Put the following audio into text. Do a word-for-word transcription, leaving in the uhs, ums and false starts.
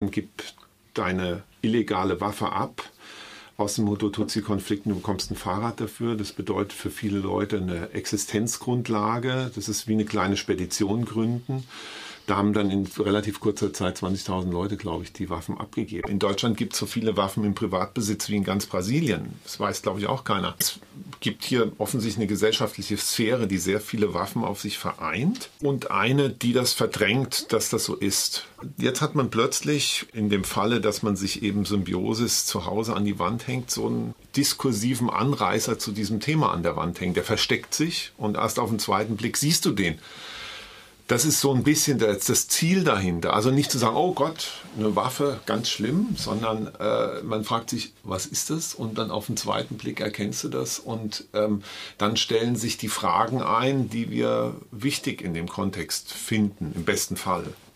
gib deine illegale Waffe ab. Aus dem Hutu-Tutsi-Konflikt, du bekommst ein Fahrrad dafür. Das bedeutet für viele Leute eine Existenzgrundlage. Das ist wie eine kleine Spedition gründen. Da haben dann in relativ kurzer Zeit zwanzigtausend Leute, glaube ich, die Waffen abgegeben. In Deutschland gibt es so viele Waffen im Privatbesitz wie in ganz Brasilien. Das weiß, glaube ich, auch keiner. Es gibt hier offensichtlich eine gesellschaftliche Sphäre, die sehr viele Waffen auf sich vereint und eine, die das verdrängt, dass das so ist. Jetzt hat man plötzlich in dem Falle, dass man sich eben Symbiosis zu Hause an die Wand hängt, so einen diskursiven Anreißer zu diesem Thema an der Wand hängt. Der versteckt sich und erst auf den zweiten Blick siehst du den. Das ist so ein bisschen das, das Ziel dahinter. Also nicht zu sagen, oh Gott, eine Waffe, ganz schlimm, sondern äh, man fragt sich, was ist das? Und dann auf den zweiten Blick erkennst du das. Und ähm, dann stellen sich die Fragen ein, die wir wichtig in dem Kontext finden, im besten Fall.